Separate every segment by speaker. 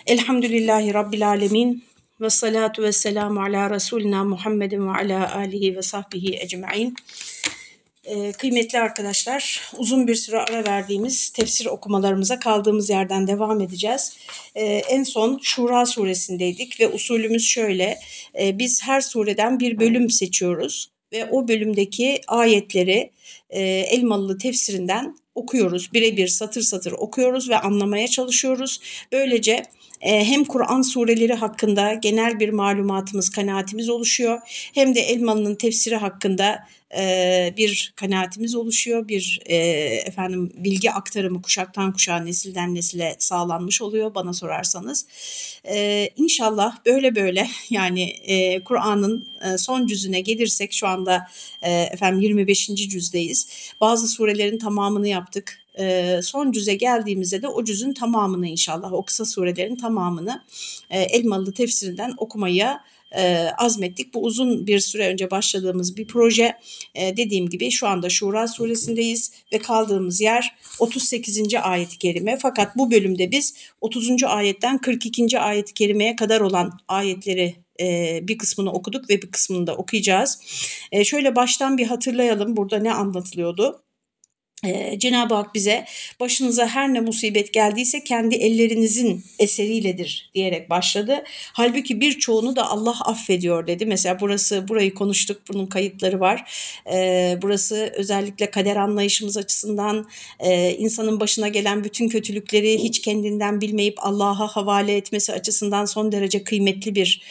Speaker 1: Elhamdülillahi Rabbil Alemin ve salatu ve selamu ala Resulina Muhammedin ve ala alihi ve sahbihi ecma'in. Kıymetli arkadaşlar, uzun bir süre ara verdiğimiz tefsir okumalarımıza kaldığımız yerden devam edeceğiz. En son Şura suresindeydik ve usulümüz şöyle, biz her sureden bir bölüm seçiyoruz ve o bölümdeki ayetleri Elmalılı tefsirinden okuyoruz. Birebir satır satır okuyoruz ve anlamaya çalışıyoruz. Böylece hem Kur'an sureleri hakkında genel bir malumatımız, kanaatimiz oluşuyor. Hem de Elmalı'nın tefsiri hakkında bir kanaatimiz oluşuyor. Bir bilgi aktarımı kuşaktan kuşağa, nesilden nesile sağlanmış oluyor bana sorarsanız. İnşallah böyle böyle yani Kur'an'ın son cüzüne gelirsek şu anda 25. cüzdeyiz. Bazı surelerin tamamını yaptık. Son cüze geldiğimizde de o cüzün tamamını inşallah, o kısa surelerin tamamını Elmalılı tefsirinden okumaya azmettik. Bu uzun bir süre önce başladığımız bir proje. Dediğim gibi şu anda Şura suresindeyiz ve kaldığımız yer 38. ayet-i kerime. Fakat bu bölümde biz 30. ayetten 42. ayet-i kerimeye kadar olan ayetleri bir kısmını okuduk ve bir kısmını da okuyacağız. Şöyle baştan bir hatırlayalım burada ne anlatılıyordu. Cenab-ı Hak bize başınıza her ne musibet geldiyse kendi ellerinizin eseriyledir diyerek başladı. Halbuki birçoğunu da Allah affediyor dedi. Mesela burayı konuştuk, bunun kayıtları var. Burası özellikle kader anlayışımız açısından insanın başına gelen bütün kötülükleri hiç kendinden bilmeyip Allah'a havale etmesi açısından son derece kıymetli bir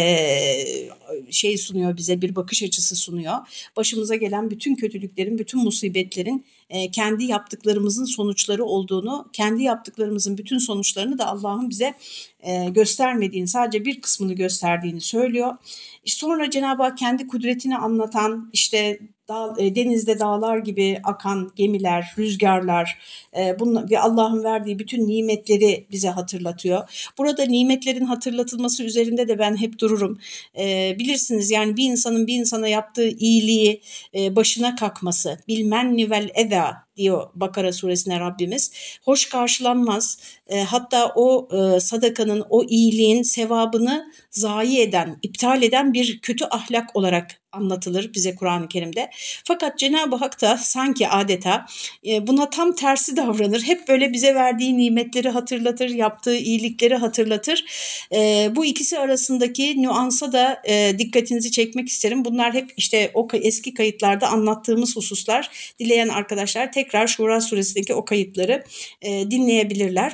Speaker 1: şey sunuyor bize, bir bakış açısı sunuyor. Başımıza gelen bütün kötülüklerin, bütün musibetlerin kendi yaptıklarımızın sonuçları olduğunu, kendi yaptıklarımızın bütün sonuçlarını da Allah'ın bize göstermediğini, sadece bir kısmını gösterdiğini söylüyor. Sonra Cenab-ı Hak kendi kudretini anlatan, işte denizde dağlar gibi akan gemiler, rüzgarlar ve Allah'ın verdiği bütün nimetleri bize hatırlatıyor. Burada nimetlerin hatırlatılması üzerinde de ben hep dururum. Bilirsiniz yani bir insanın bir insana yaptığı iyiliği başına kakması, bilmenni vel eza diyor Bakara suresine Rabbimiz. Hoş karşılanmaz. Hatta o sadakanın, o iyiliğin sevabını zayi eden, iptal eden bir kötü ahlak olarak anlatılır bize Kur'an-ı Kerim'de. Fakat Cenab-ı Hak da sanki adeta buna tam tersi davranır. Hep böyle bize verdiği nimetleri hatırlatır, yaptığı iyilikleri hatırlatır. Bu ikisi arasındaki nüansa da dikkatinizi çekmek isterim. Bunlar hep işte o eski kayıtlarda anlattığımız hususlar. Dileyen arkadaşlar tekrar Şura suresindeki o kayıtları dinleyebilirler.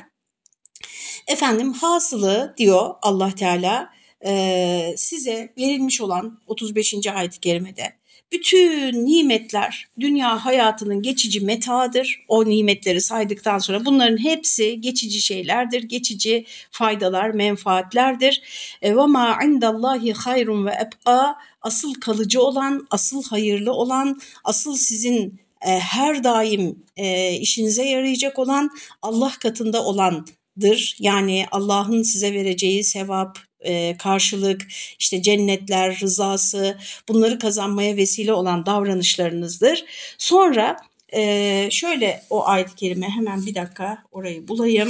Speaker 1: Hasılı diyor Allah Teala size verilmiş olan 35. ayet-i kerimede bütün nimetler dünya hayatının geçici metaadır. O nimetleri saydıktan sonra bunların hepsi geçici şeylerdir, geçici faydalar, menfaatlerdir. Ve ma indallahi hayrun ve ebqa, asıl kalıcı olan, asıl hayırlı olan, asıl sizin her daim işinize yarayacak olan Allah katında olandır. Yani Allah'ın size vereceği sevap, karşılık, işte cennetler, rızası, bunları kazanmaya vesile olan davranışlarınızdır. Sonra şöyle o ayet-i kerime, hemen bir dakika orayı bulayım.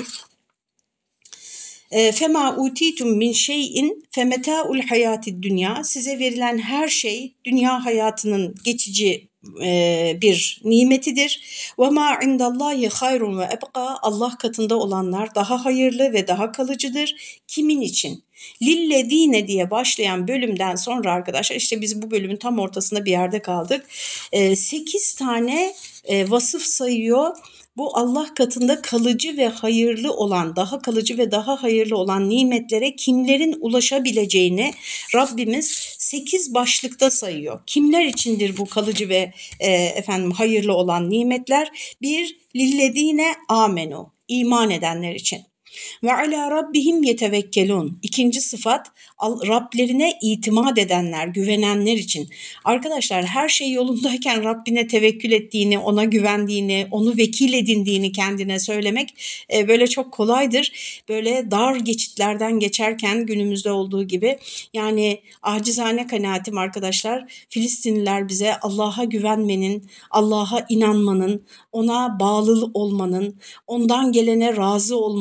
Speaker 1: Fema utitum min şeyin femeta'ul hayatid dünya, size verilen her şey dünya hayatının geçici bir nimetidir. Ve ma indallahi hayrun ve ebqa, Allah katında olanlar daha hayırlı ve daha kalıcıdır. Kimin için? Lillezine diye başlayan bölümden sonra arkadaşlar, işte biz bu bölümün tam ortasında bir yerde kaldık. 8 tane vasıf sayıyor. Bu Allah katında kalıcı ve hayırlı olan, daha kalıcı ve daha hayırlı olan nimetlere kimlerin ulaşabileceğini Rabbimiz 8 başlıkta sayıyor. Kimler içindir bu kalıcı ve hayırlı olan nimetler? 1. Lillezine amenu, iman edenler için. Ve ala rabbihim yetevekkelun. İkinci sıfat, Rablerine itimat edenler, güvenenler için. Arkadaşlar her şey yolundayken Rabbine tevekkül ettiğini, ona güvendiğini, onu vekil edindiğini kendine söylemek böyle çok kolaydır. Böyle dar geçitlerden geçerken günümüzde olduğu gibi, yani acizane kanaatim arkadaşlar, Filistinliler bize Allah'a güvenmenin, Allah'a inanmanın, ona bağlı olmanın, ondan gelene razı olmanın,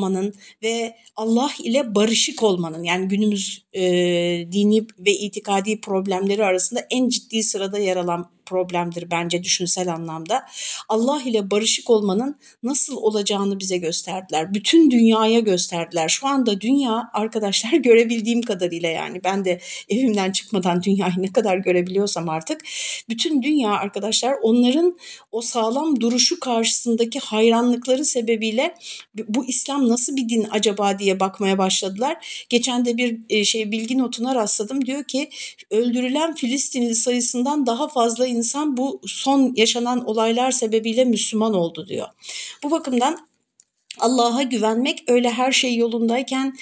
Speaker 1: ve Allah ile barışık olmanın, yani günümüz dini ve itikadi problemleri arasında en ciddi sırada yer alan problemdir bence düşünsel anlamda. Allah ile barışık olmanın nasıl olacağını bize gösterdiler. Bütün dünyaya gösterdiler. Şu anda dünya arkadaşlar görebildiğim kadarıyla, yani ben de evimden çıkmadan dünyayı ne kadar görebiliyorsam artık, bütün dünya arkadaşlar onların o sağlam duruşu karşısındaki hayranlıkları sebebiyle bu İslam nasıl bir din acaba diye bakmaya başladılar. Geçen de bir bilgi notuna rastladım. Diyor ki öldürülen Filistinli sayısından daha fazla insan bu son yaşanan olaylar sebebiyle Müslüman oldu diyor. Bu bakımdan Allah'a güvenmek, öyle her şey yolundayken,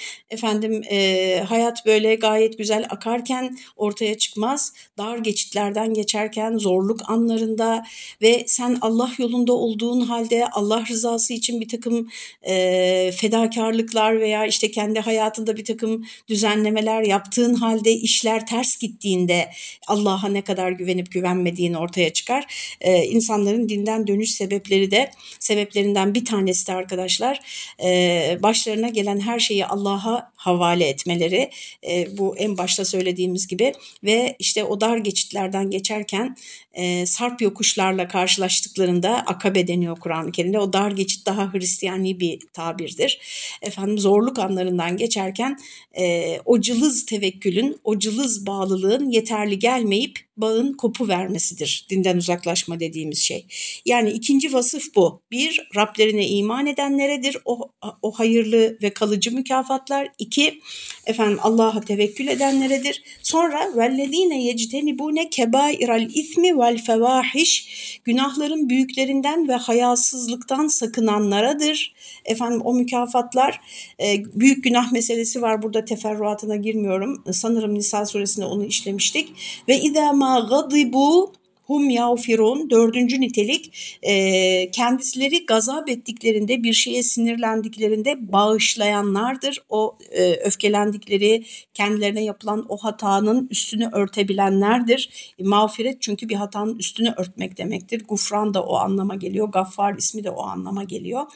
Speaker 1: hayat böyle gayet güzel akarken ortaya çıkmaz. Dar geçitlerden geçerken, zorluk anlarında ve sen Allah yolunda olduğun halde Allah rızası için bir takım fedakarlıklar veya işte kendi hayatında bir takım düzenlemeler yaptığın halde işler ters gittiğinde Allah'a ne kadar güvenip güvenmediğin ortaya çıkar. İnsanların dinden dönüş sebeplerinden bir tanesi de arkadaşlar, başlarına gelen her şeyi Allah'a havale etmeleri, bu en başta söylediğimiz gibi, ve işte o dar geçitlerden geçerken sarp yokuşlarla karşılaştıklarında, akabe deniyor Kur'an-ı Kerim'de, o dar geçit daha Hristiyani bir tabirdir. Zorluk anlarından geçerken o cılız tevekkülün, o cılız bağlılığın yeterli gelmeyip bağın kopu vermesidir dinden uzaklaşma dediğimiz şey. Yani ikinci vasıf bu. Bir, Rablerine iman edenleredir o hayırlı ve kalıcı mükafatlar. İki, Allah'a tevekkül edenleredir. Sonra vellezine yectenibune kebairal ismi vel fevahiş, günahların büyüklerinden ve hayasızlıktan sakınanlaradır. O mükafatlar, büyük günah meselesi var, burada teferruatına girmiyorum. Sanırım Nisa suresinde onu işlemiştik. Ve izâ mâ gadibû hum yağfirun, dördüncü nitelik, kendisleri gazap ettiklerinde, bir şeye sinirlendiklerinde bağışlayanlardır. O öfkelendikleri, kendilerine yapılan o hatanın üstünü örtebilenlerdir. Mağfiret çünkü bir hatanın üstünü örtmek demektir. Gufran da o anlama geliyor. Gaffar ismi de o anlama geliyor.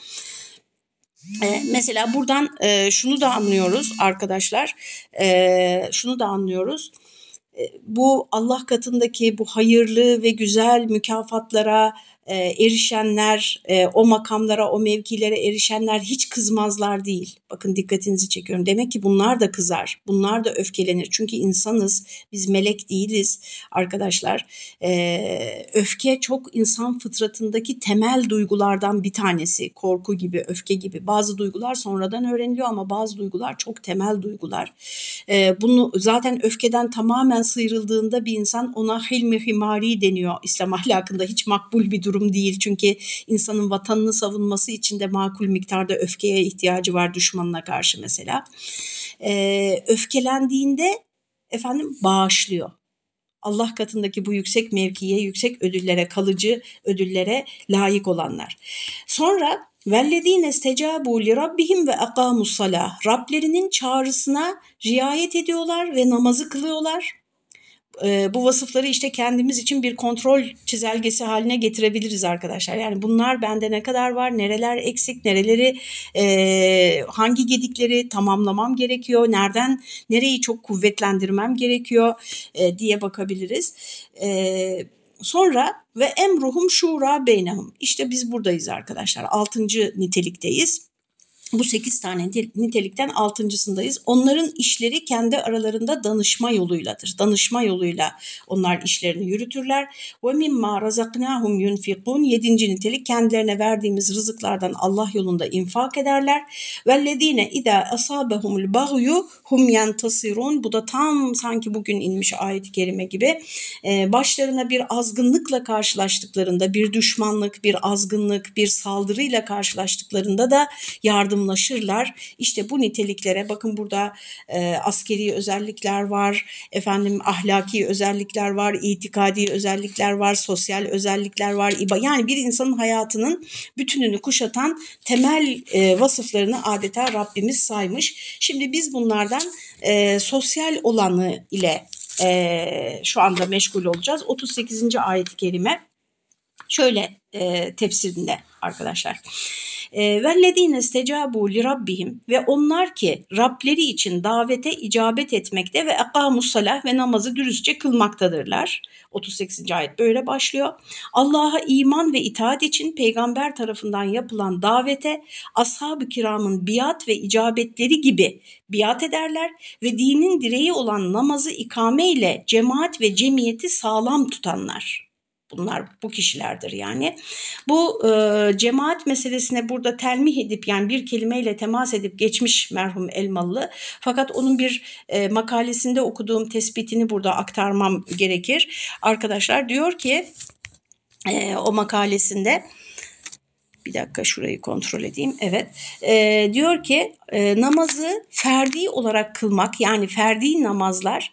Speaker 1: Mesela buradan şunu da anlıyoruz arkadaşlar, şunu da anlıyoruz. Bu Allah katındaki bu hayırlı ve güzel mükafatlara erişenler, o makamlara, o mevkilere erişenler hiç kızmazlar değil. Bakın, dikkatinizi çekiyorum. Demek ki bunlar da kızar, bunlar da öfkelenir. Çünkü insanız, biz melek değiliz arkadaşlar. Öfke çok insan fıtratındaki temel duygulardan bir tanesi. Korku gibi, öfke gibi. Bazı duygular sonradan öğreniliyor ama bazı duygular çok temel duygular. Bunu zaten öfkeden tamamen sıyrıldığında bir insan, ona hilmi himari deniyor İslam ahlakında. Hiç makbul bir durum değil. Çünkü insanın vatanını savunması için de makul miktarda öfkeye ihtiyacı var, düşmanına karşı mesela. Öfkelendiğinde bağışlıyor. Allah katındaki bu yüksek mevkiye, yüksek ödüllere, kalıcı ödüllere layık olanlar. Sonra vellezine istecabu li rabbihim ve akamussalah, Rablerinin çağrısına riayet ediyorlar ve namazı kılıyorlar. Bu vasıfları işte kendimiz için bir kontrol çizelgesi haline getirebiliriz arkadaşlar. Yani bunlar bende ne kadar var, nereler eksik, nereleri, hangi gedikleri tamamlamam gerekiyor, nereyi çok kuvvetlendirmem gerekiyor diye bakabiliriz. Sonra ve emruhum şura beynehum. İşte biz buradayız arkadaşlar. 6. nitelikteyiz. Bu 8 tane nitelikten 6.sındayız. Onların işleri kendi aralarında danışma yoluyladır. Danışma yoluyla onlar işlerini yürütürler. Ve mimma razaknahum yunfikun. 7. nitelik, kendilerine verdiğimiz rızıklardan Allah yolunda infak ederler. Vellezine izâ asâbehumul bagyu hum yentasirun. Bu da tam sanki bugün inmiş ayet-i kerime gibi. Başlarına bir azgınlıkla karşılaştıklarında, bir düşmanlık, bir azgınlık, bir saldırıyla karşılaştıklarında da yardımlaşırlar. İşte bu niteliklere bakın, burada askeri özellikler var, ahlaki özellikler var, itikadi özellikler var, sosyal özellikler var. Yani bir insanın hayatının bütününü kuşatan temel vasıflarını adeta Rabbimiz saymış. Şimdi biz bunlardan sosyal olanı ile şu anda meşgul olacağız. 38. ayet-i kerime. Şöyle tefsirinde arkadaşlar. وَالَّذ۪ينَ اسْتَجَابُوا لِرَبِّهِمْ ve onlar ki Rableri için davete icabet etmekte ve ekamussalah ve namazı dürüstçe kılmaktadırlar. 38. ayet böyle başlıyor. Allah'a iman ve itaat için peygamber tarafından yapılan davete ashab-ı kiramın biat ve icabetleri gibi biat ederler ve dinin direği olan namazı ikame ile cemaat ve cemiyeti sağlam tutanlar. Bunlar bu kişilerdir yani. Bu cemaat meselesine burada telmih edip yani bir kelimeyle temas edip geçmiş merhum Elmalı. Fakat onun bir makalesinde okuduğum tespitini burada aktarmam gerekir. Arkadaşlar diyor ki o makalesinde bir dakika şurayı kontrol edeyim. Evet. Diyor ki namazı ferdi olarak kılmak yani ferdi namazlar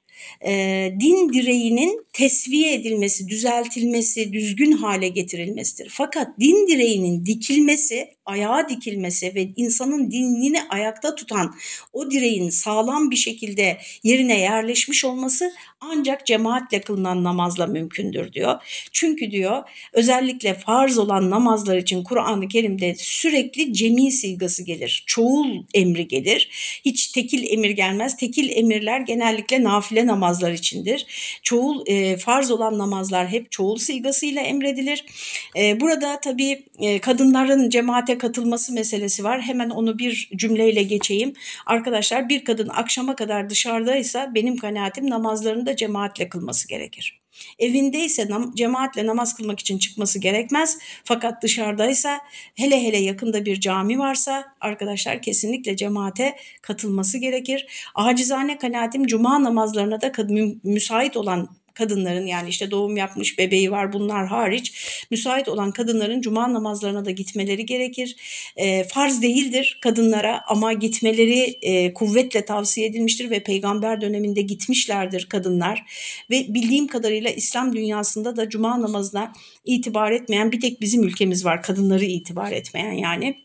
Speaker 1: din direğinin tesviye edilmesi, düzeltilmesi, düzgün hale getirilmesidir. Fakat din direğinin dikilmesi, ayağa dikilmesi ve insanın dinini ayakta tutan o direğin sağlam bir şekilde yerine yerleşmiş olması ancak cemaatle kılınan namazla mümkündür diyor. Çünkü diyor özellikle farz olan namazlar için Kur'an-ı Kerim'de sürekli cemi sigası gelir, çoğul emri gelir. Hiç tekil emir gelmez. Tekil emirler genellikle nafile namazlar içindir. Çoğul farz olan namazlar hep çoğul sigasıyla emredilir. Burada tabii kadınların cemaate katılması meselesi var. Hemen onu bir cümleyle geçeyim. Arkadaşlar bir kadın akşama kadar dışarıdaysa benim kanaatim namazlarını da cemaatle kılması gerekir. Evindeyse cemaatle namaz kılmak için çıkması gerekmez. Fakat dışarıdaysa hele hele yakında bir cami varsa arkadaşlar kesinlikle cemaate katılması gerekir. Acizane kanaatim cuma namazlarına da müsait olan kadınların yani işte doğum yapmış bebeği var bunlar hariç müsait olan kadınların cuma namazlarına da gitmeleri gerekir. Farz değildir kadınlara ama gitmeleri kuvvetle tavsiye edilmiştir ve peygamber döneminde gitmişlerdir kadınlar. Ve bildiğim kadarıyla İslam dünyasında da cuma namazına itibar etmeyen bir tek bizim ülkemiz var kadınları itibar etmeyen yani.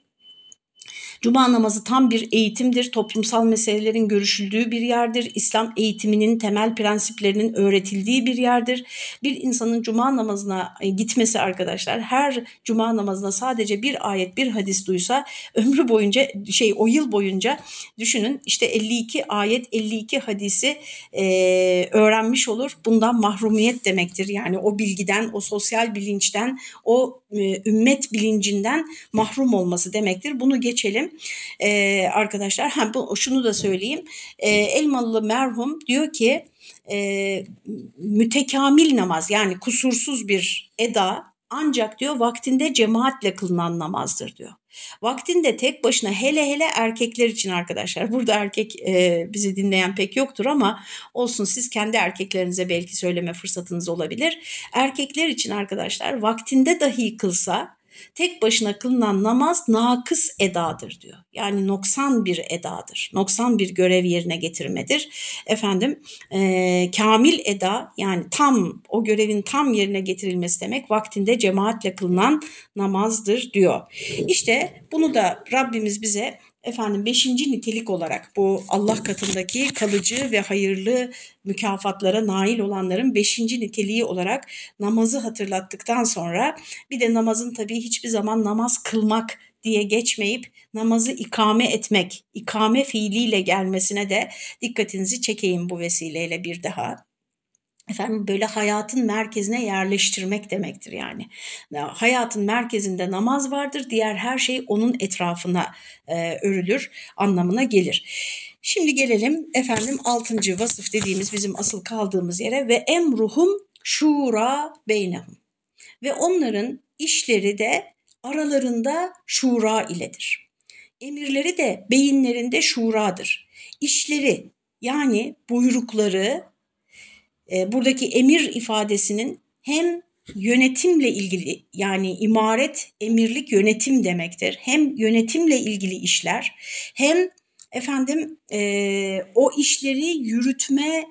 Speaker 1: Cuma namazı tam bir eğitimdir, toplumsal meselelerin görüşüldüğü bir yerdir, İslam eğitiminin temel prensiplerinin öğretildiği bir yerdir. Bir insanın cuma namazına gitmesi arkadaşlar, her cuma namazına sadece bir ayet, bir hadis duysa ömrü boyunca o yıl boyunca düşünün işte 52 ayet, 52 hadisi öğrenmiş olur. Bundan mahrumiyet demektir. Yani o bilgiden, o sosyal bilinçten, o ümmet bilincinden mahrum olması demektir. Bunu geçelim. Arkadaşlar şunu da söyleyeyim. Elmalı merhum diyor ki mütekamil namaz yani kusursuz bir eda ancak diyor vaktinde cemaatle kılınan namazdır diyor. Vaktinde tek başına hele hele erkekler için arkadaşlar burada erkek bizi dinleyen pek yoktur ama olsun siz kendi erkeklerinize belki söyleme fırsatınız olabilir. Erkekler için arkadaşlar vaktinde dahi kılsa tek başına kılınan namaz nakıs edadır diyor. Yani noksan bir edadır. Noksan bir görev yerine getirmedir. Kamil eda yani tam o görevin tam yerine getirilmesi demek vaktinde cemaatle kılınan namazdır diyor. İşte bunu da Rabbimiz bize 5. nitelik olarak bu Allah katındaki kalıcı ve hayırlı mükafatlara nail olanların 5. niteliği olarak namazı hatırlattıktan sonra bir de namazın tabii hiçbir zaman namaz kılmak diye geçmeyip namazı ikame etmek, ikame fiiliyle gelmesine de dikkatinizi çekeyim bu vesileyle bir daha. Böyle hayatın merkezine yerleştirmek demektir yani. Hayatın merkezinde namaz vardır, diğer her şey onun etrafına örülür anlamına gelir. Şimdi gelelim 6. vasıf dediğimiz bizim asıl kaldığımız yere ve emruhum şura beynehum. Ve onların işleri de aralarında şura iledir. Emirleri de beyinlerinde şuradır. İşleri yani buyrukları buradaki emir ifadesinin hem yönetimle ilgili yani imaret, emirlik yönetim demektir. Hem yönetimle ilgili işler hem o işleri yürütmeyi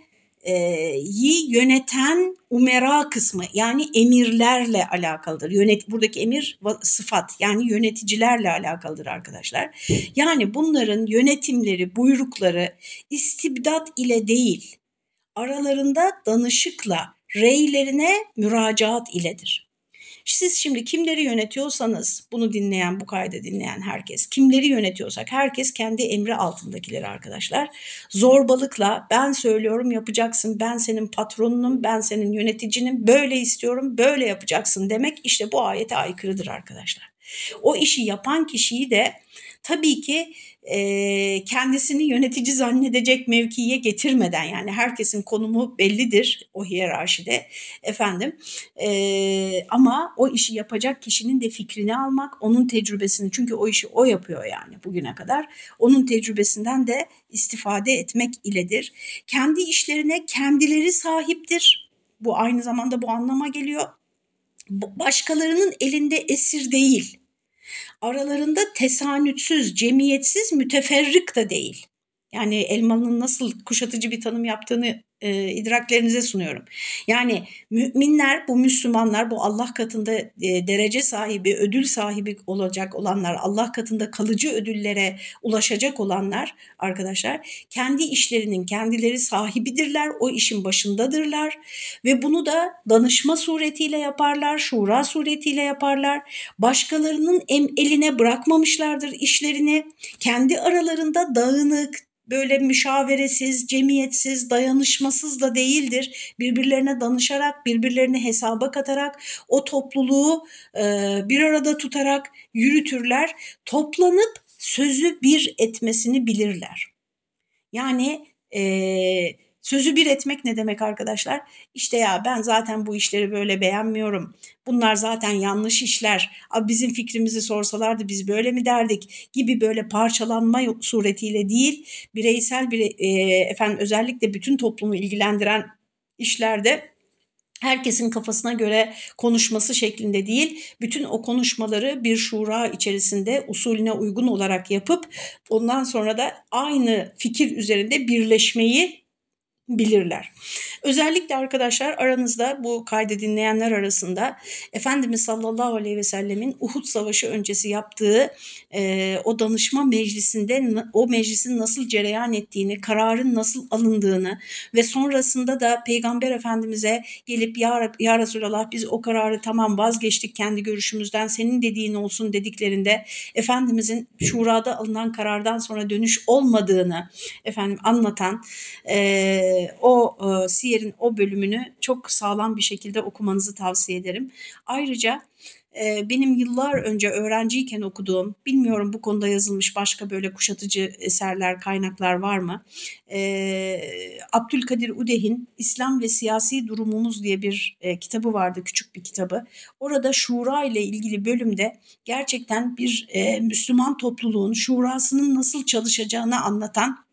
Speaker 1: yöneten umera kısmı yani emirlerle alakalıdır. Buradaki emir sıfat yani yöneticilerle alakalıdır arkadaşlar. Yani bunların yönetimleri, buyrukları istibdat ile değil, aralarında danışıkla reylerine müracaat iledir. Siz şimdi kimleri yönetiyorsanız, bunu dinleyen, bu kaydı dinleyen herkes, kimleri yönetiyorsak herkes kendi emri altındakileri arkadaşlar. Zorbalıkla ben söylüyorum yapacaksın, ben senin patronunum, ben senin yöneticinim, böyle istiyorum, böyle yapacaksın demek işte bu ayete aykırıdır arkadaşlar. O işi yapan kişiyi de tabii ki kendisini yönetici zannedecek mevkiye getirmeden, yani herkesin konumu bellidir o hiyerarşide efendim, ama o işi yapacak kişinin de fikrini almak, onun tecrübesini, çünkü o işi o yapıyor yani bugüne kadar, onun tecrübesinden de istifade etmek iledir. Kendi işlerine kendileri sahiptir. Bu aynı zamanda bu anlama geliyor. Başkalarının elinde esir değil. Aralarında tesanütsüz, cemiyetsiz, müteferrik da değil. Yani Elmalı'nın nasıl kuşatıcı bir tanım yaptığını idraklerinize sunuyorum. Yani müminler, bu Müslümanlar, bu Allah katında derece sahibi, ödül sahibi olacak olanlar, Allah katında kalıcı ödüllere ulaşacak olanlar arkadaşlar, kendi işlerinin kendileri sahibidirler, o işin başındadırlar ve bunu da danışma suretiyle yaparlar, şura suretiyle yaparlar. Başkalarının eline bırakmamışlardır işlerini. Kendi aralarında dağınık, böyle müşaveresiz, cemiyetsiz, dayanışmasız da değildir. Birbirlerine danışarak, birbirlerini hesaba katarak, o topluluğu bir arada tutarak yürütürler. Toplanıp sözü bir etmesini bilirler. Yani sözü bir etmek ne demek arkadaşlar? İşte ya ben zaten bu işleri böyle beğenmiyorum. Bunlar zaten yanlış işler. Abi bizim fikrimizi sorsalardı biz böyle mi derdik gibi, böyle parçalanma suretiyle değil, bireysel bir efendim özellikle bütün toplumu ilgilendiren işlerde herkesin kafasına göre konuşması şeklinde değil, bütün o konuşmaları bir şura içerisinde usulüne uygun olarak yapıp ondan sonra da aynı fikir üzerinde birleşmeyi bilirler. Özellikle arkadaşlar aranızda, bu kaydı dinleyenler arasında Efendimiz sallallahu aleyhi ve sellemin Uhud Savaşı öncesi yaptığı o danışma meclisinde o meclisin nasıl cereyan ettiğini, kararın nasıl alındığını ve sonrasında da Peygamber Efendimiz'e gelip ya Resulallah biz o kararı tamam vazgeçtik kendi görüşümüzden, senin dediğin olsun dediklerinde Efendimiz'in şurada alınan karardan sonra dönüş olmadığını efendim anlatan o siyerin o bölümünü çok sağlam bir şekilde okumanızı tavsiye ederim. Ayrıca benim yıllar önce öğrenciyken okuduğum, bilmiyorum bu konuda yazılmış başka böyle kuşatıcı eserler, kaynaklar var mı? Abdülkadir Udeh'in İslam ve Siyasi Durumumuz diye bir kitabı vardı, küçük bir kitabı. Orada şura ile ilgili bölümde gerçekten bir Müslüman topluluğun şurasının nasıl çalışacağını anlatan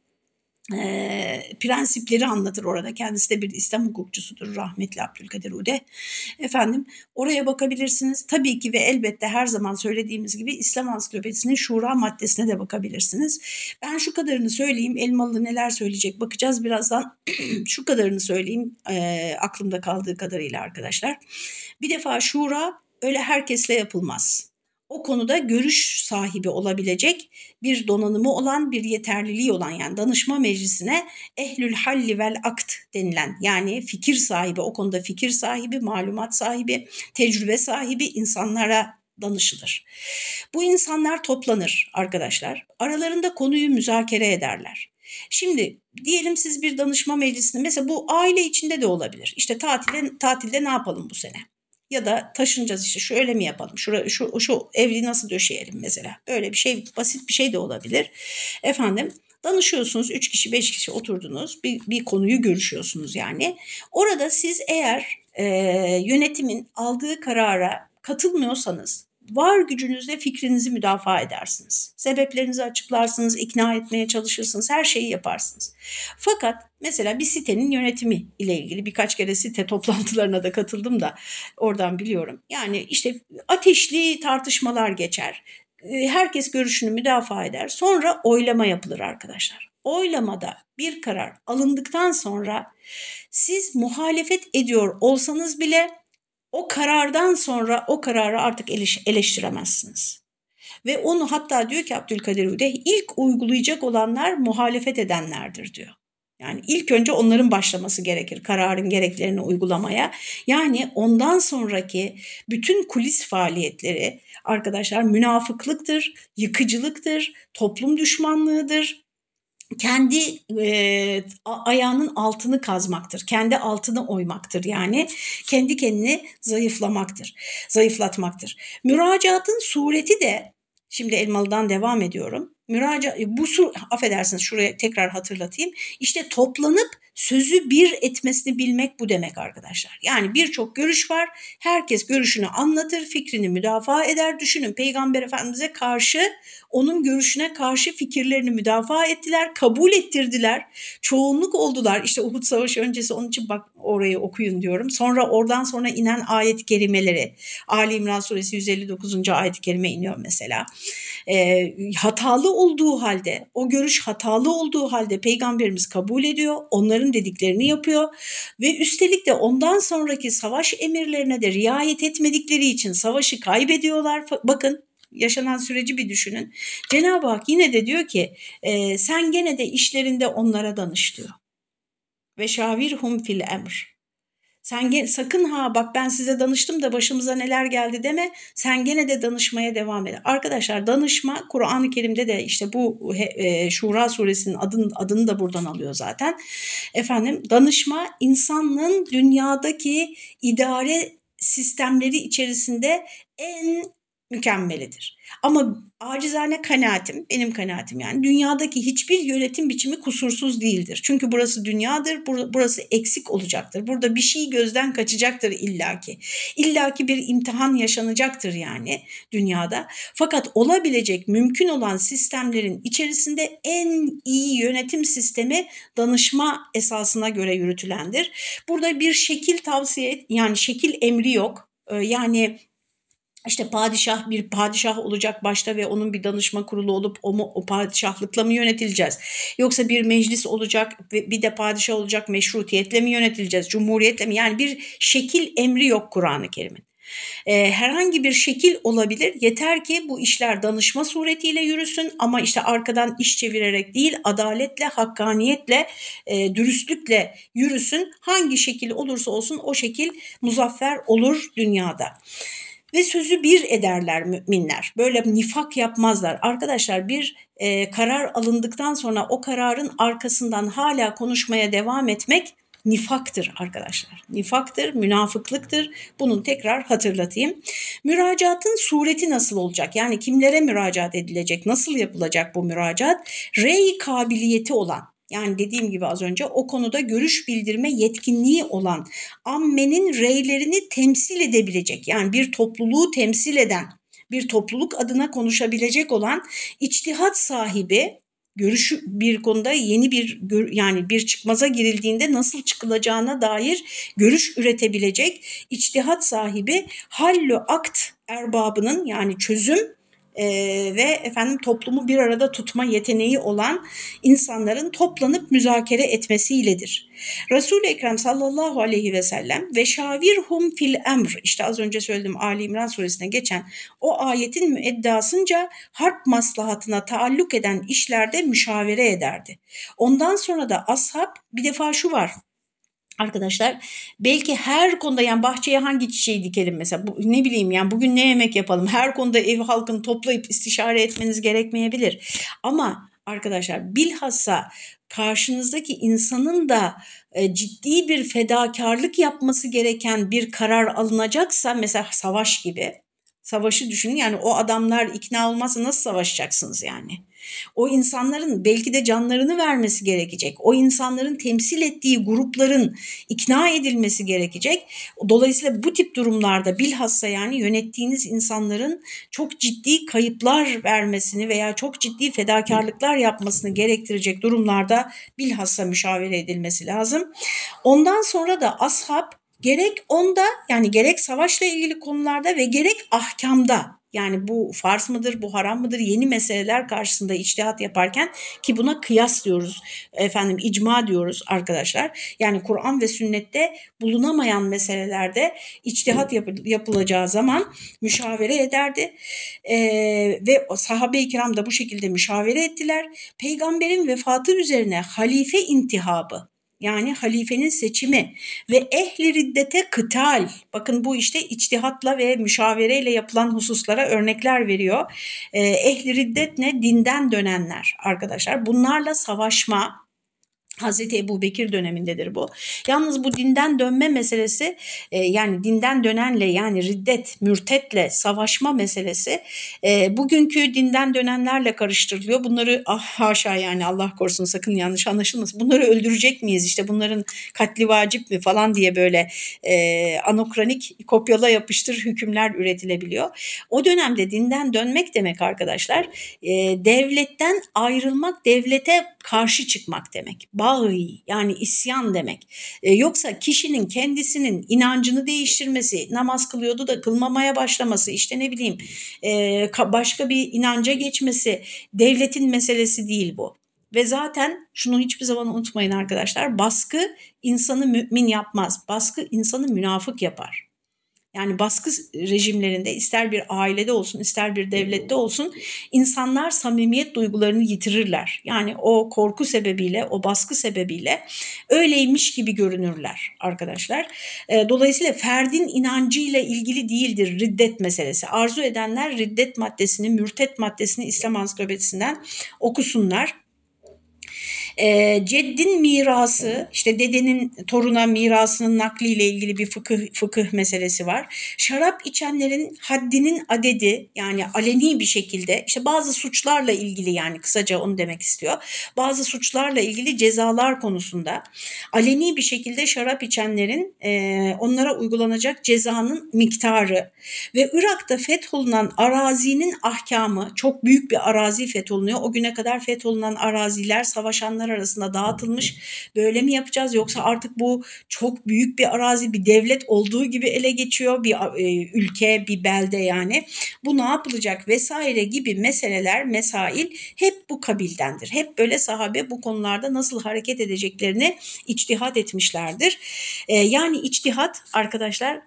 Speaker 1: prensipleri anlatır orada. Kendisi de bir İslam hukukçusudur rahmetli Abdülkadir Ude. Efendim oraya bakabilirsiniz. Tabii ki ve elbette her zaman söylediğimiz gibi İslam Ansiklopedisi'nin şura maddesine de bakabilirsiniz. Ben şu kadarını söyleyeyim. Elmalı neler söyleyecek bakacağız birazdan. Şu kadarını söyleyeyim aklımda kaldığı kadarıyla arkadaşlar. Bir defa şura öyle herkesle yapılmaz. O konuda görüş sahibi olabilecek bir donanımı olan, bir yeterliliği olan, yani danışma meclisine ehlül halli vel akt denilen, yani fikir sahibi, o konuda fikir sahibi, malumat sahibi, tecrübe sahibi insanlara danışılır. Bu insanlar toplanır arkadaşlar. Aralarında konuyu müzakere ederler. Şimdi diyelim siz bir danışma meclisinde, mesela bu aile içinde de olabilir. İşte tatilde ne yapalım bu sene? Ya da taşınacağız, işte şöyle mi yapalım, şu evi nasıl döşeyelim mesela. Böyle bir şey, basit bir şey de olabilir. Efendim danışıyorsunuz, 3 kişi 5 kişi oturdunuz, bir konuyu görüşüyorsunuz yani. Orada siz eğer yönetimin aldığı karara katılmıyorsanız var gücünüzle fikrinizi müdafaa edersiniz. Sebeplerinizi açıklarsınız, ikna etmeye çalışırsınız, her şeyi yaparsınız. Fakat mesela bir sitenin yönetimi ile ilgili birkaç kere site toplantılarına da katıldım da oradan biliyorum. Yani işte ateşli tartışmalar geçer. Herkes görüşünü müdafaa eder. Sonra oylama yapılır arkadaşlar. Oylamada bir karar alındıktan sonra siz muhalefet ediyor olsanız bile o karardan sonra o kararı artık eleştiremezsiniz. Ve onu hatta diyor ki Abdülkadir Udeh, ilk uygulayacak olanlar muhalefet edenlerdir diyor. Yani ilk önce onların başlaması gerekir kararın gereklerini uygulamaya. Yani ondan sonraki bütün kulis faaliyetleri arkadaşlar münafıklıktır, yıkıcılıktır, toplum düşmanlığıdır. Kendi ayağının altını kazmaktır. Kendi altını oymaktır yani. Kendi kendini zayıflatmaktır. Müracaatın sureti de, şimdi Elmalı'dan devam ediyorum. Affedersiniz şuraya tekrar hatırlatayım. İşte toplanıp sözü bir etmesini bilmek bu demek arkadaşlar. Yani birçok görüş var. Herkes görüşünü anlatır, fikrini müdafaa eder. Düşünün Peygamber Efendimiz'e karşı, onun görüşüne karşı fikirlerini müdafaa ettiler, kabul ettirdiler. Çoğunluk oldular. İşte Uhud Savaşı öncesi, onun için bak orayı okuyun diyorum. Sonra oradan sonra inen ayet-i kerimeleri. Ali İmran suresi 159. ayet-i kerime iniyor mesela. Hatalı olduğu halde, o görüş hatalı olduğu halde Peygamberimiz kabul ediyor, onların dediklerini yapıyor ve üstelik de ondan sonraki savaş emirlerine de riayet etmedikleri için savaşı kaybediyorlar. Bakın yaşanan süreci bir düşünün. Cenab-ı Hak yine de diyor ki sen gene de işlerinde onlara danış diyor. Ve şavirhum fil emr. Sen sakın ha bak ben size danıştım da başımıza neler geldi deme. Sen gene de danışmaya devam et. Arkadaşlar danışma Kur'an-ı Kerim'de de işte bu Şura suresinin adını da buradan alıyor zaten. Efendim danışma insanlığın dünyadaki idare sistemleri içerisinde en mükemmelidir. Ama acizane kanaatim, benim kanaatim yani dünyadaki hiçbir yönetim biçimi kusursuz değildir. Çünkü burası dünyadır, burası eksik olacaktır. Burada bir şey gözden kaçacaktır illaki. İllaki bir imtihan yaşanacaktır yani dünyada. Fakat olabilecek mümkün olan sistemlerin içerisinde en iyi yönetim sistemi danışma esasına göre yürütülendir. Burada bir şekil yani şekil emri yok. Yani İşte bir padişah olacak başta ve onun bir danışma kurulu olup o padişahlıkla mı yönetileceğiz? Yoksa bir meclis olacak ve bir de padişah olacak, meşrutiyetle mi yönetileceğiz? Cumhuriyetle mi? Yani bir şekil emri yok Kur'an-ı Kerim'in. Herhangi bir şekil olabilir. Yeter ki bu işler danışma suretiyle yürüsün ama işte arkadan iş çevirerek değil, adaletle, hakkaniyetle, dürüstlükle yürüsün. Hangi şekil olursa olsun o şekil muzaffer olur dünyada. Ve sözü bir ederler müminler. Böyle nifak yapmazlar. Arkadaşlar bir karar alındıktan sonra o kararın arkasından hala konuşmaya devam etmek nifaktır arkadaşlar. Nifaktır, münafıklıktır. Bunun tekrar hatırlatayım. Müracaatın sureti nasıl olacak? Yani kimlere müracaat edilecek? Nasıl yapılacak bu müracaat? Rey kabiliyeti olan, yani dediğim gibi az önce o konuda görüş bildirme yetkinliği olan, ammenin reylerini temsil edebilecek, yani bir topluluğu temsil eden, bir topluluk adına konuşabilecek olan içtihat sahibi, görüşü bir konuda yeni yani bir çıkmaza girildiğinde nasıl çıkılacağına dair görüş üretebilecek içtihat sahibi, hallü akt erbabının yani çözüm ve toplumu bir arada tutma yeteneği olan insanların toplanıp müzakere etmesiyledir. Resul-i Ekrem sallallahu aleyhi ve sellem ve şavirhum fil emr, işte az önce söyledim Ali İmran suresine geçen o ayetin müeddasınca harp maslahatına taalluk eden işlerde müşavere ederdi. Ondan sonra da ashab, bir defa şu var arkadaşlar, belki her konuda, yani bahçeye hangi çiçeği dikelim mesela, ne bileyim yani bugün ne yemek yapalım, her konuda ev halkını toplayıp istişare etmeniz gerekmeyebilir. Ama arkadaşlar bilhassa karşınızdaki insanın da ciddi bir fedakarlık yapması gereken bir karar alınacaksa, mesela savaş gibi, savaşı düşünün, yani o adamlar ikna olmazsa nasıl savaşacaksınız yani? O insanların belki de canlarını vermesi gerekecek. O insanların temsil ettiği grupların ikna edilmesi gerekecek. Dolayısıyla bu tip durumlarda bilhassa yani yönettiğiniz insanların çok ciddi kayıplar vermesini veya çok ciddi fedakarlıklar yapmasını gerektirecek durumlarda bilhassa müşavere edilmesi lazım. Ondan sonra da ashab gerek onda, yani gerek savaşla ilgili konularda ve gerek ahkamda, Yani bu farz mıdır, bu haram mıdır? Yeni meseleler karşısında içtihat yaparken, ki buna kıyas diyoruz, efendim icma diyoruz arkadaşlar. Yani Kur'an ve sünnette bulunamayan meselelerde içtihat yapılacağı zaman müşavere ederdi. Ve sahabe-i kiram da bu şekilde müşavere ettiler. Peygamberin vefatı üzerine halife intihabı, yani halifenin seçimi ve ehli riddete kıtal. Bakın bu işte içtihatla ve müşavereyle yapılan hususlara örnekler veriyor. Ehli riddet ne? Dinden dönenler arkadaşlar. Bunlarla savaşma, Hazreti Ebubekir dönemindedir bu. Yalnız bu dinden dönme meselesi, yani dinden dönenle, yani riddet, mürtetle savaşma meselesi bugünkü dinden dönenlerle karıştırılıyor. Bunları haşa, yani Allah korusun, sakın yanlış anlaşılmasın. Bunları öldürecek miyiz? İşte bunların katli vacip mi falan diye böyle anokronik, kopyala yapıştır hükümler üretilebiliyor. O dönemde dinden dönmek demek arkadaşlar, devletten ayrılmak, devlete karşı çıkmak demek. Bağı, yani isyan demek. Yoksa kişinin kendisinin inancını değiştirmesi, namaz kılıyordu da kılmamaya başlaması, işte ne bileyim başka bir inanca geçmesi, devletin meselesi değil bu. Ve zaten şunu hiçbir zaman unutmayın arkadaşlar, baskı insanı mümin yapmaz, baskı insanı münafık yapar. Yani baskı rejimlerinde, ister bir ailede olsun, ister bir devlette olsun, insanlar samimiyet duygularını yitirirler. Yani o korku sebebiyle, o baskı sebebiyle öyleymiş gibi görünürler arkadaşlar. Dolayısıyla ferdin inancıyla ilgili değildir riddet meselesi. Arzu edenler riddet maddesini, mürtet maddesini İslam Ansiklopedisinden okusunlar. Ceddin mirası, işte dedenin toruna mirasının nakliyle ilgili bir fıkıh meselesi var. Şarap içenlerin haddinin adedi, yani aleni bir şekilde, işte bazı suçlarla ilgili, yani kısaca onu demek istiyor. Bazı suçlarla ilgili cezalar konusunda aleni bir şekilde şarap içenlerin onlara uygulanacak cezanın miktarı ve Irak'ta fetholunan arazinin ahkamı, çok büyük bir arazi fetholunuyor. O güne kadar fetholunan araziler savaşanlar arasında dağıtılmış. Böyle mi yapacağız, yoksa artık bu çok büyük bir arazi, bir devlet olduğu gibi ele geçiyor, bir ülke, bir belde yani. Bu ne yapılacak vesaire gibi meseleler, mesail hep bu kabildendir. Hep böyle sahabe bu konularda nasıl hareket edeceklerini içtihat etmişlerdir. Yani içtihat arkadaşlar,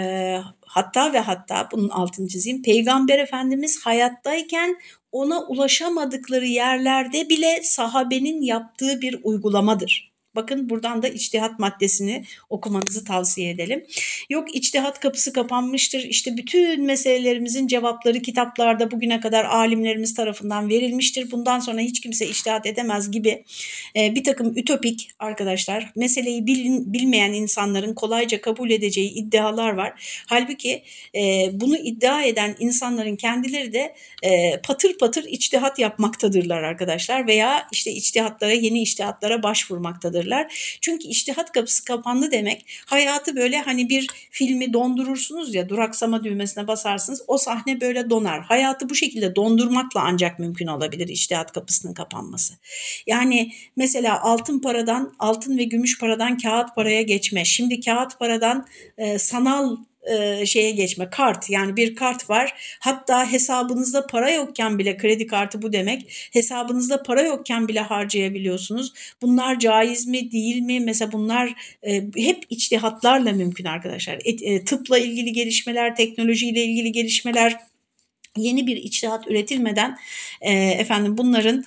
Speaker 1: hatta ve hatta bunun altını çizeyim, Peygamber Efendimiz hayattayken ona ulaşamadıkları yerlerde bile sahabenin yaptığı bir uygulamadır. Bakın buradan da içtihat maddesini okumanızı tavsiye edelim. Yok içtihat kapısı kapanmıştır, işte bütün meselelerimizin cevapları kitaplarda bugüne kadar alimlerimiz tarafından verilmiştir, bundan sonra hiç kimse içtihat edemez gibi bir takım ütopik arkadaşlar, meseleyi bilmeyen insanların kolayca kabul edeceği iddialar var. Halbuki bunu iddia eden insanların kendileri de patır patır içtihat yapmaktadırlar arkadaşlar, veya işte içtihatlara, yeni içtihatlara başvurmaktadırlar. Çünkü içtihat kapısı kapandı demek, hayatı böyle hani bir filmi dondurursunuz ya, duraksama düğmesine basarsınız, o sahne böyle donar. Hayatı bu şekilde dondurmakla ancak mümkün olabilir içtihat kapısının kapanması. Yani mesela altın ve gümüş paradan kağıt paraya geçme. Şimdi kağıt paradan sanal şeye geçme, kart, yani bir kart var, hatta hesabınızda para yokken bile, kredi kartı bu demek, hesabınızda para yokken bile harcayabiliyorsunuz. Bunlar caiz mi değil mi? Mesela bunlar hep içtihatlarla mümkün arkadaşlar. Tıpla ilgili gelişmeler, teknolojiyle ilgili gelişmeler, yeni bir içtihat üretilmeden efendim bunların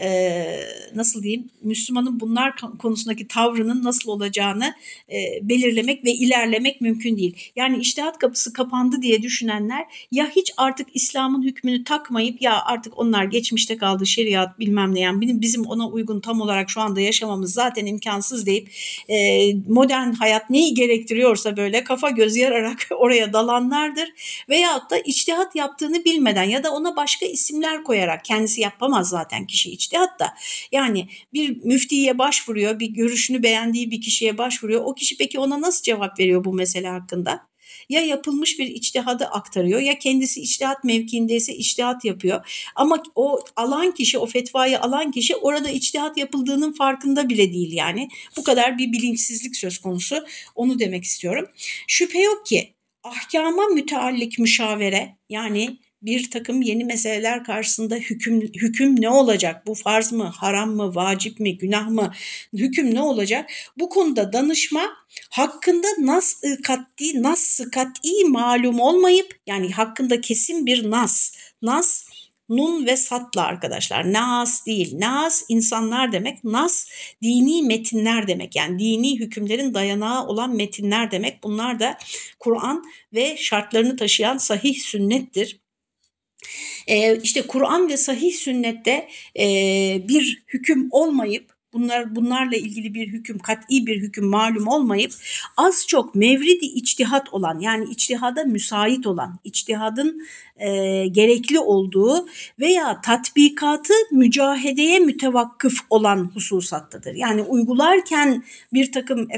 Speaker 1: nasıl diyeyim, Müslümanın bunlar konusundaki tavrının nasıl olacağını belirlemek ve ilerlemek mümkün değil. Yani içtihat kapısı kapandı diye düşünenler, ya hiç artık İslam'ın hükmünü takmayıp, ya artık onlar geçmişte kaldı, şeriat bilmem ne, yani bizim ona uygun tam olarak şu anda yaşamamız zaten imkansız deyip modern hayat neyi gerektiriyorsa böyle kafa göz yararak oraya dalanlardır. Veyahut da içtihat yaptığını bilmeden ya da ona başka isimler koyarak, kendisi yapamaz zaten kişi içtihat da, yani bir müftiye başvuruyor, bir görüşünü beğendiği bir kişiye başvuruyor, o kişi peki ona nasıl cevap veriyor bu mesele hakkında? Ya yapılmış bir içtihadı aktarıyor, ya kendisi içtihat mevkiindeyse içtihat yapıyor, ama o alan kişi, o fetvayı alan kişi orada içtihat yapıldığının farkında bile değil. Yani bu kadar bir bilinçsizlik söz konusu, onu demek istiyorum. Şüphe yok ki ahkama müteallik müşavere, yani bir takım yeni meseleler karşısında hüküm ne olacak? Bu farz mı, haram mı, vacip mi, günah mı? Hüküm ne olacak? Bu konuda danışma hakkında nas-ı kat'i malum olmayıp, yani hakkında kesin bir nas nun ve satla arkadaşlar. Nas değil. Nas insanlar demek. Nas dini metinler demek. Yani dini hükümlerin dayanağı olan metinler demek. Bunlar da Kur'an ve şartlarını taşıyan sahih sünnettir. İşte Kur'an ve sahih sünnette bir hüküm olmayıp, bunlarla ilgili bir hüküm, kat'i bir hüküm malum olmayıp, az çok mevridi içtihat olan, yani içtihada müsait olan, içtihadın gerekli olduğu veya tatbikatı mücahedeye mütevakkıf olan hususattadır. Yani uygularken bir takım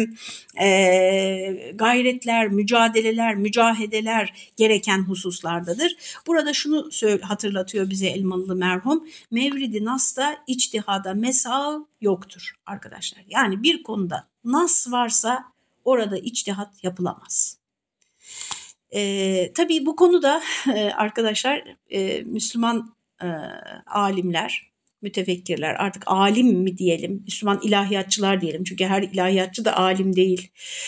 Speaker 1: gayretler, mücadeleler, mücahedeler gereken hususlardadır. Burada şunu hatırlatıyor bize Elmalılı merhum: Mevridi Nas'ta içtihada mesa yoktur arkadaşlar. Yani bir konuda nas varsa orada içtihat yapılamaz. Tabii bu konuda arkadaşlar Müslüman alimler, mütefekkirler, artık alim mi diyelim, Müslüman ilahiyatçılar diyelim, çünkü her ilahiyatçı da alim değil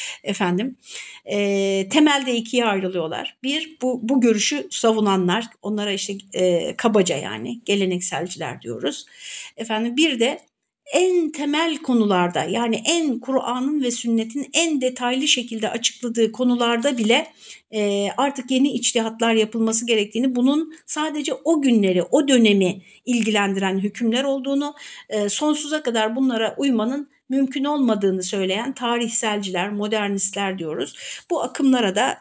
Speaker 1: temelde ikiye ayrılıyorlar. Bir, bu görüşü savunanlar, onlara işte kabaca yani gelenekselciler diyoruz. Bir de en temel konularda, yani Kur'an'ın ve sünnetin en detaylı şekilde açıkladığı konularda bile artık yeni içtihatlar yapılması gerektiğini, bunun sadece o günleri, o dönemi ilgilendiren hükümler olduğunu, sonsuza kadar bunlara uymanın mümkün olmadığını söyleyen tarihselciler, modernistler diyoruz. Bu akımlara da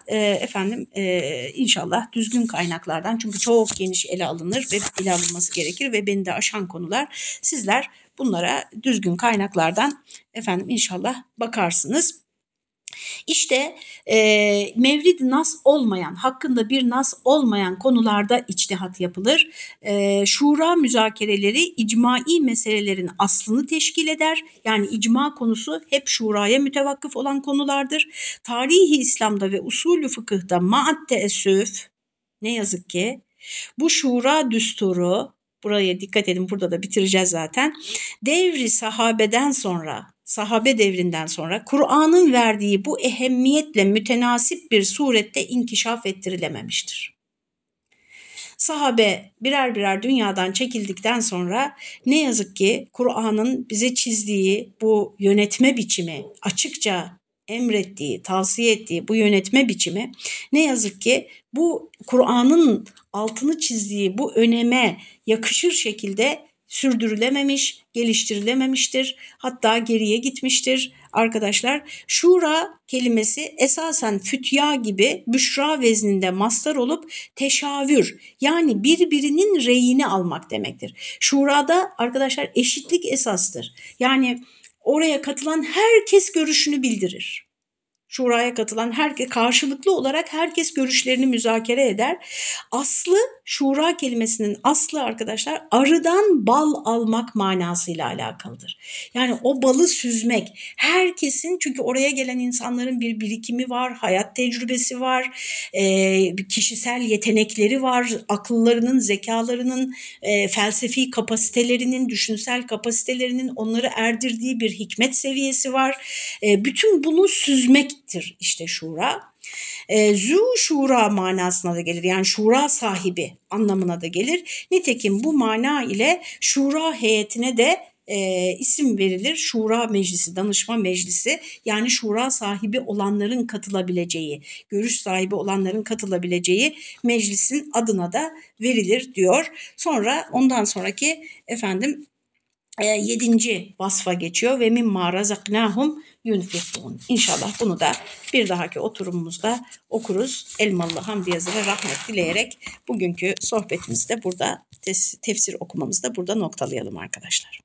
Speaker 1: inşallah düzgün kaynaklardan, çünkü çok geniş ele alınır ve ele alınması gerekir ve beni de aşan konular, sizler bunlara düzgün kaynaklardan inşallah bakarsınız. İşte mevrid nas olmayan, hakkında bir nas olmayan konularda içtihat yapılır. Şura müzakereleri icmai meselelerin aslını teşkil eder. Yani icma konusu hep şuraya mütevakkıf olan konulardır. Tarihi İslam'da ve usulü fıkıhta ma'at teessüf, ne yazık ki bu şura düsturu, buraya dikkat edin, burada da bitireceğiz zaten, devri sahabeden sonra, sahabe devrinden sonra Kur'an'ın verdiği bu ehemmiyetle mütenasip bir surette inkişaf ettirilememiştir. Sahabe birer birer dünyadan çekildikten sonra ne yazık ki Kur'an'ın bize çizdiği bu yönetme biçimi, açıkça emrettiği, tavsiye ettiği bu yönetme biçimi, ne yazık ki bu Kur'an'ın altını çizdiği bu öneme yakışır şekilde sürdürülememiş, geliştirilememiştir. Hatta geriye gitmiştir arkadaşlar. Şura kelimesi esasen fütya gibi büşra vezninde mastar olup teşavür, yani birbirinin reyini almak demektir. Şurada arkadaşlar eşitlik esastır. Yani oraya katılan herkes görüşünü bildirir. Şuraya katılan herkes karşılıklı olarak herkes görüşlerini müzakere eder. Aslı, şura kelimesinin aslı arkadaşlar arıdan bal almak manasıyla alakalıdır. Yani o balı süzmek, herkesin, çünkü oraya gelen insanların bir birikimi var, hayat tecrübesi var, kişisel yetenekleri var, akıllarının, zekalarının, felsefi kapasitelerinin, düşünsel kapasitelerinin onları erdirdiği bir hikmet seviyesi var. Bütün bunu süzmektir işte şura. Zü şura manasına da gelir, yani şura sahibi anlamına da gelir. Nitekim bu mana ile şura heyetine de isim verilir. Şura meclisi, danışma meclisi, yani şura sahibi olanların katılabileceği, görüş sahibi olanların katılabileceği meclisin adına da verilir diyor. Sonra ondan sonraki 7. vasfa geçiyor ve mimma razaknahum yunfikun. İnşallah bunu da bir dahaki oturumumuzda okuruz. Elmalı Hamdi Yazır'a rahmet dileyerek bugünkü sohbetimizi de burada, tefsir okumamızı da burada noktalayalım arkadaşlar.